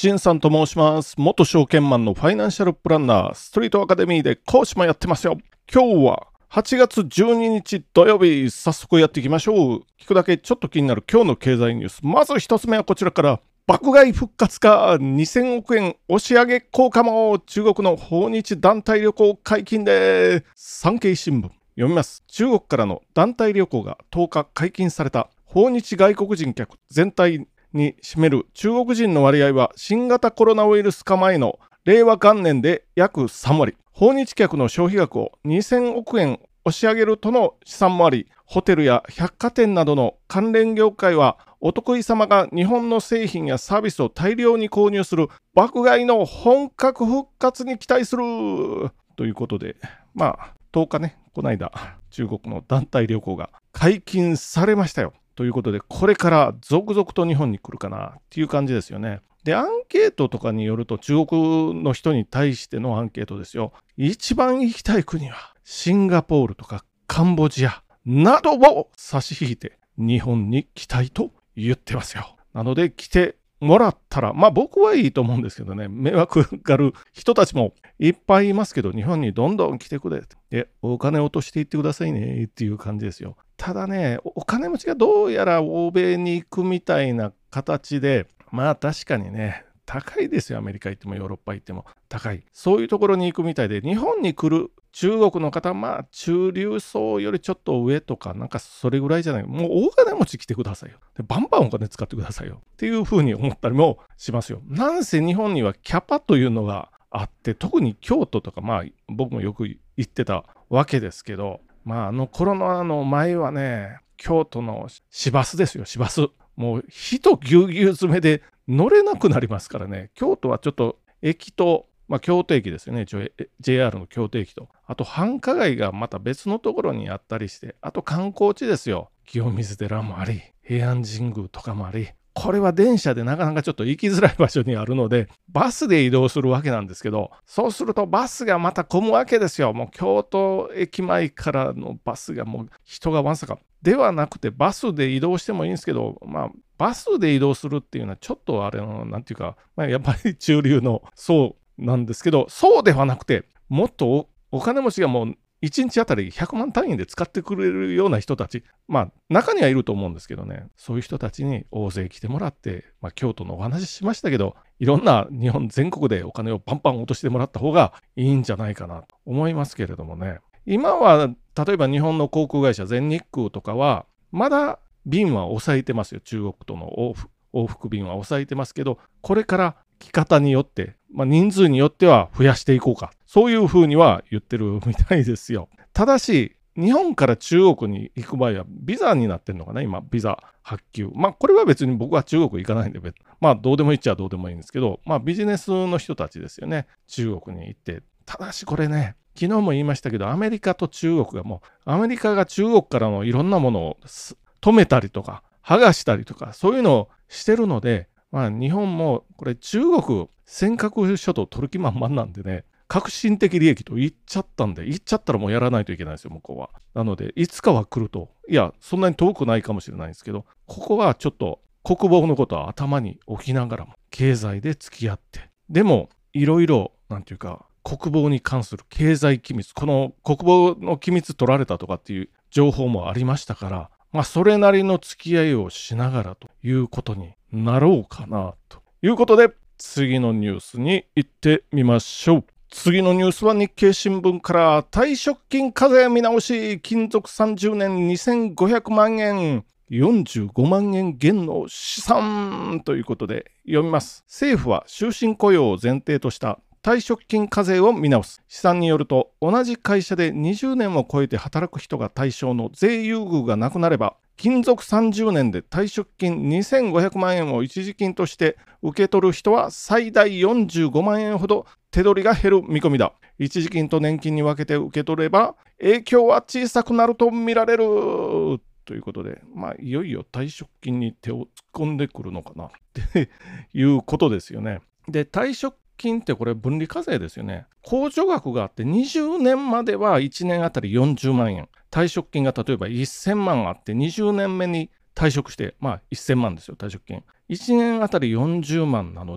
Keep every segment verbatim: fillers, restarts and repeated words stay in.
ンさんと申します。元証券マンのファイナンシャルプランナー、ストリートアカデミーで講師もやってますよ。今日ははちがつじゅうににち土曜日、早速やっていきましょう。聞くだけちょっと気になる今日の経済ニュース。まず一つ目はこちらから。爆買い復活か、にせんおくえん押し上げ効果も。中国の訪日団体旅行解禁で。産経新聞読みます。中国からの団体旅行がとおか解禁された。訪日外国人客全体に占める中国人の割合は新型コロナウイルス化前の令和元年で約さんわり。訪日客の消費額をにせんおくえん押し上げるとの試算もあり、ホテルや百貨店などの関連業界はお得意様が日本の製品やサービスを大量に購入する爆買いの本格復活に期待するということで、まあとおかね、この間中国の団体旅行が解禁されましたよということで、これから続々と日本に来るかなっていう感じですよね。で、アンケートとかによると、中国の人に対してのアンケートですよ。一番行きたい国はシンガポールとかカンボジアなどを差し引いて日本に来たいと言ってますよ。なので来てもらったら、まあ僕はいいと思うんですけどね、迷惑がる人たちもいっぱいいますけど、日本にどんどん来てくれで、お金落としていってくださいねっていう感じですよ。ただね、お金持ちがどうやら欧米に行くみたいな形で、まあ確かにね、高いですよ。アメリカ行ってもヨーロッパ行っても高い。そういうところに行くみたいで、日本に来る中国の方はまあ中流層よりちょっと上とか、なんかそれぐらいじゃない。もう大金持ち来てくださいよ。でバンバンお金使ってくださいよ。っていうふうに思ったりもしますよ。なんせ日本にはキャパというのがあって、特に京都とか、まあ僕もよく行ってたわけですけど、まああのコロナの前はね、京都の市バスですよ、市バス。もう人ぎゅうぎゅう詰めで乗れなくなりますからね。京都はちょっと駅と、まあ、京都駅ですよね。ジェイアール の京都駅と。あと繁華街がまた別のところにあったりして、あと観光地ですよ。清水寺もあり、平安神宮とかもあり。これは電車でなかなかちょっと行きづらい場所にあるので、バスで移動するわけなんですけど、そうするとバスがまた混むわけですよ。もう京都駅前からのバスがもう人がわんさか。ではなくてバスで移動してもいいんですけど、まあバスで移動するっていうのはちょっとあれの、なんていうか、まあ、やっぱり中流のそうなんですけど、そうではなくて、もっと お, お金持ちがもういちにちあたりひゃくまん単位で使ってくれるような人たち、まあ中にはいると思うんですけどね、そういう人たちに大勢来てもらって、まあ、京都のお話ししましたけど、いろんな日本全国でお金をパンパン落としてもらった方がいいんじゃないかなと思いますけれどもね。今は例えば日本の航空会社全日空とかはまだ便は抑えてますよ。中国との往復往復便は抑えてますけど、これから来方によって、まあ、人数によっては増やしていこうか、そういうふうには言ってるみたいですよ。ただし日本から中国に行く場合はビザになってるのかな、今ビザ発給。まあこれは別に僕は中国行かないんで、まあどうでもいいっちゃどうでもいいんですけど、まあビジネスの人たちですよね、中国に行って。ただしこれね、昨日も言いましたけど、アメリカと中国がもう、アメリカが中国からのいろんなものを止めたりとか剥がしたりとか、そういうのをしてるので、まあ日本もこれ中国尖閣諸島取る気満々なんでね、革新的利益と言っちゃったんで、言っちゃったらもうやらないといけないですよ、向こうは。なのでいつかは来ると、いやそんなに遠くないかもしれないんですけど、ここはちょっと国防のことは頭に置きながらも経済で付き合って、でもいろいろなんていうか国防に関する経済機密、この国防の機密取られたとかっていう情報もありましたから、まあそれなりの付き合いをしながらということになろうかなということで、次のニュースに行ってみましょう。次のニュースは日経新聞から。退職金課税見直し、勤続さんじゅうねんにせんごひゃくまんえん、よんじゅうごまんえん減の試算ということで読みます。政府は終身雇用を前提とした退職金課税を見直す。試算によると、同じ会社でにじゅうねんを超えて働く人が対象の税優遇がなくなれば、勤続さんじゅうねんで退職金にせんごひゃくまんえんを一時金として受け取る人は最大よんじゅうごまんえんほど手取りが減る見込みだ。一時金と年金に分けて受け取れば影響は小さくなると見られるということで、まあいよいよ退職金に手を突っ込んでくるのかなっていうことですよね。で、退職金ってこれ分離課税ですよね。控除額があってにじゅうねんまではいちねんあたりよんじゅうまんえん。退職金が例えばせんまんあってにじゅうねんめに退職して、まあせんまんですよ、退職金。いちねんあたりよんじゅうまんなので、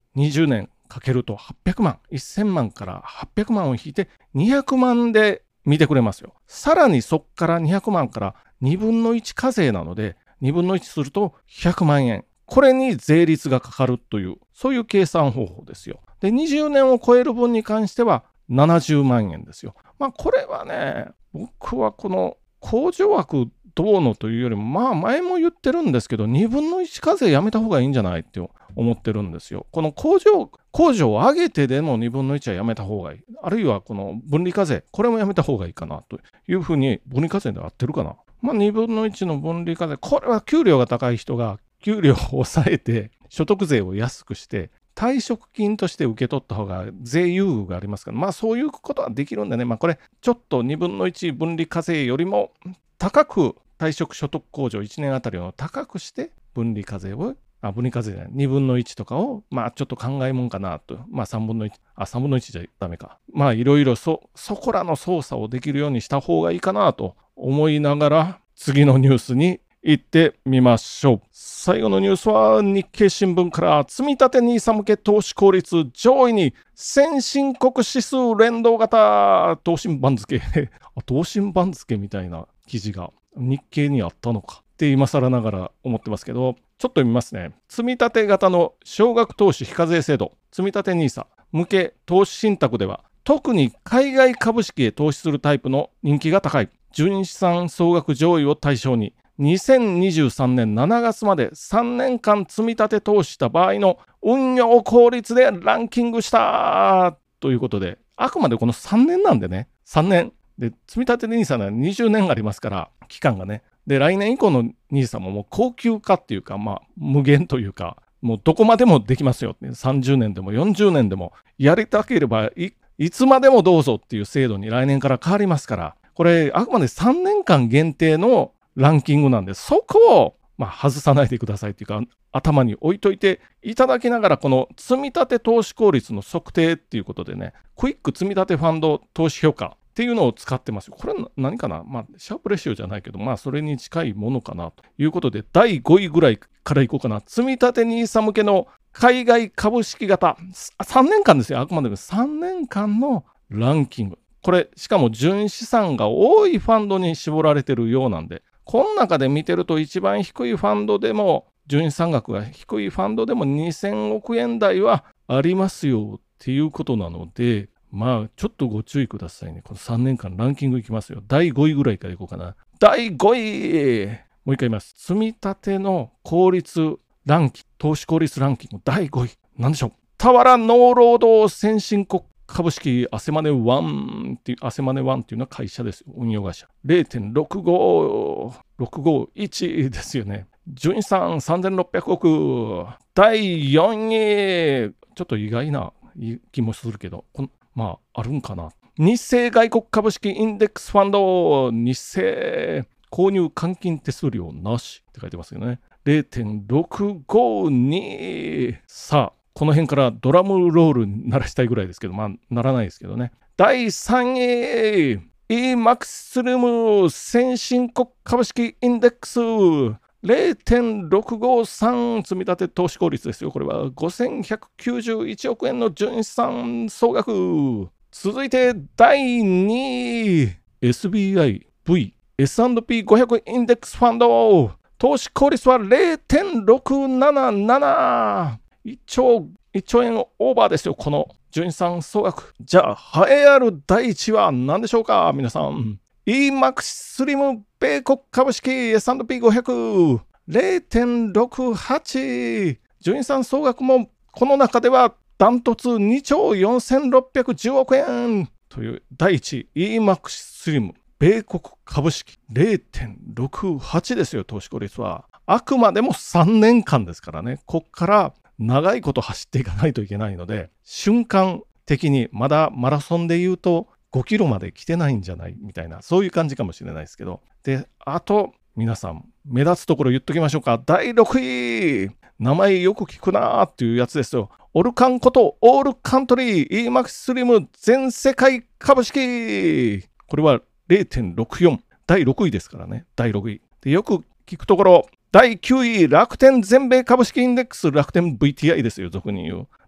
にじゅうねんかけるとはっぴゃくまん、せんまんからはっぴゃくまんを引いてにひゃくまんで見てくれますよ。さらにそこからにひゃくまんからにぶんのいち課税なので、にぶんのいちするとひゃくまんえん。これに税率がかかるという、そういう計算方法ですよ。で、にじゅうねんを超える分に関してはななじゅうまんえんですよ。まあこれはね、僕はこの控除枠どうのというよりも、まあ前も言ってるんですけど、にぶんのいち課税やめた方がいいんじゃないって思ってるんですよ。この控除、控除を上げてでもにぶんのいちはやめた方がいい。あるいはこの分離課税、これもやめた方がいいかなというふうに、分離課税で合ってるかな。まあにぶんのいちの分離課税、これは給料が高い人が給料を抑えて所得税を安くして退職金として受け取った方が税優遇がありますから、まあそういうことはできるんでね、まあこれちょっとにぶんのいち分離課税よりも高く退職所得控除いちねんあたりを高くして分離課税を、あ、分離課税じゃない、にぶんのいちとかをまあちょっと考えもんかなと、まあさんぶんのいち、あ、さんぶんのいちじゃダメか。まあいろいろそ、そこらの操作をできるようにした方がいいかなと思いながら次のニュースに行ってみましょう。最後のニュースは日経新聞から、積立 ニーサ 向け投資効率上位に先進国指数連動型投信番付投信番付みたいな記事が日経にあったのかって今更ながら思ってますけど、ちょっと読みますね。積立型の少額投資非課税制度、積立 ニーサ 向け投資信託では、特に海外株式へ投資するタイプの人気が高い。純資産総額上位を対象に、にせんにじゅうさんねんしちがつまでさんねんかん積み立て投資した場合の運用効率でランキングしたということで、あくまでこのさんねんなんでね、さんねんで積み立て ニーサ はにじゅうねんありますから、期間がね。で、来年以降の ニーサ ももう高級化っていうか、まあ無限というか、もうどこまでもできますよ。さんじゅうねんでもよんじゅうねんでもやりたければ い, いつまでもどうぞっていう制度に来年から変わりますから、これあくまでさんねんかん限定のランキングなんで、そこを、まあ、外さないでくださいっていうか、頭に置いといていただきながら、この積立投資効率の測定っていうことでね、クイック積立ファンド投資評価っていうのを使ってますよ。これ何かな、まあ、シャープレシオじゃないけど、まあ、それに近いものかなということで、だいごいぐらいからいこうかな。積立 ニーサ 向けの海外株式型、さんねんかんですよ。あくまでもさんねんかんのランキング。これ、しかも純資産が多いファンドに絞られてるようなんで、この中で見てると一番低いファンドでも、純資産額が低いファンドでもにせんおくえん台はありますよっていうことなので、まあちょっとご注意くださいね。このさんねんかんランキングいきますよ。だいごいぐらいからいこうかな。だいごい、もう一回言います。積み立ての効率ランキング、投資効率ランキングだいごい。なんでしょう。俵農労働先進国株式アセマネワンっていう、アセマネワンっていうのは会社ですよ。運用会社。れいてんろくご、ろくごいちですよね。純資産さんぜんろっぴゃくおく。だいよんい。ちょっと意外な気もするけど、このまあ、あるんかな。日清外国株式インデックスファンド。日清購入換金手数料なしって書いてますよね。れいてんろくごに。さあ、この辺からドラムロール鳴らしたいぐらいですけど、まあ、ならないですけどね。だいさんい、イーマックススリム先進国株式インデックス れいてんろくごさん 積み立て投資効率ですよ。これはごせんひゃくきゅうじゅういちおくえんの純資産総額。続いてだいにい、エスビーアイブイエスアンドピーごひゃく インデックスファンド。投資効率は れいてんろくなななな。いっちょうえんオーバーですよ、この純資産総額。じゃあ、栄えあるだいいちいは何でしょうか、皆さん。イーマックススリム米国株式 エスアンドピーごひゃく。れいてんろくはち。純資産総額もこの中ではダントツにちょうよんせんろっぴゃくじゅうおくえんというだいいちい、イーマックススリム米国株式 れいてんろくはち ですよ、投資効率は。あくまでもさんねんかんですからね。こっから長いこと走っていかないといけないので、瞬間的にまだマラソンで言うとごキロまで来てないんじゃないみたいな、そういう感じかもしれないですけど。で、あと皆さん目立つところ言っときましょうか。だいろくい、名前よく聞くなーっていうやつですよ。オルカンことオールカントリー イーマックススリム全世界株式。これは れいてんろくよん。だいろくいですからね。だいろくい。で、よく聞くところ、だいきゅうい、楽天全米株式インデックス、楽天 ブイティーアイ ですよ、俗に言う。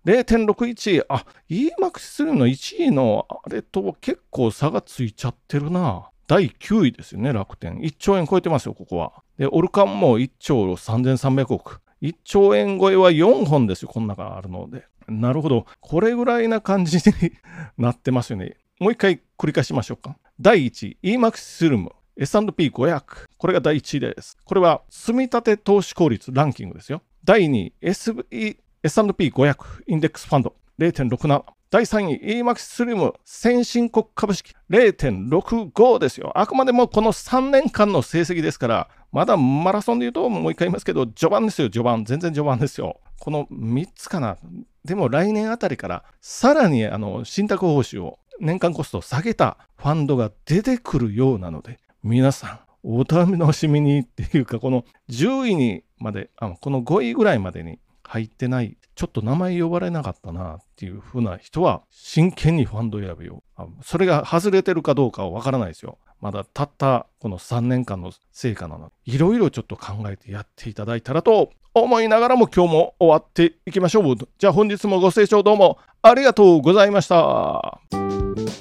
れいてんろくいち、あ、イーマックス スリムのいちいのあれと結構差がついちゃってるな。だいきゅういですよね、楽天。いっちょうえん超えてますよ、ここは。で、オルカンもいっちょうさんぜんさんびゃくおく。いっちょうえん超えはよんほんですよ、この中あるので。なるほど。これぐらいな感じになってますよね。もう一回繰り返しましょうか。だいいちい、イーマックス スリム。エスアンドピーごひゃく。これがだいいちいです。これは積立投資効率ランキングですよ。だいにい、エスアンドピーごひゃく インデックスファンド れいてんろくなな。だいさんい、イーマックス スリム先進国株式 れいてんろくご ですよ。あくまでもこのさんねんかんの成績ですから、まだマラソンで言うともう一回言いますけど、序盤ですよ、序盤。全然序盤ですよ。このみっつかな。でも来年あたりからさらにあの信託報酬を年間コストを下げたファンドが出てくるようなので、皆さんお楽しみにっていうか、このじゅういにまで、あこのごいぐらいまでに入ってない、ちょっと名前呼ばれなかったなっていう風な人は真剣にファンド選びを、それが外れてるかどうかはわからないですよ。まだたったこのさんねんかんの成果なので、いろいろちょっと考えてやっていただいたらと思いながらも、今日も終わっていきましょう。じゃあ本日もご清聴どうもありがとうございました。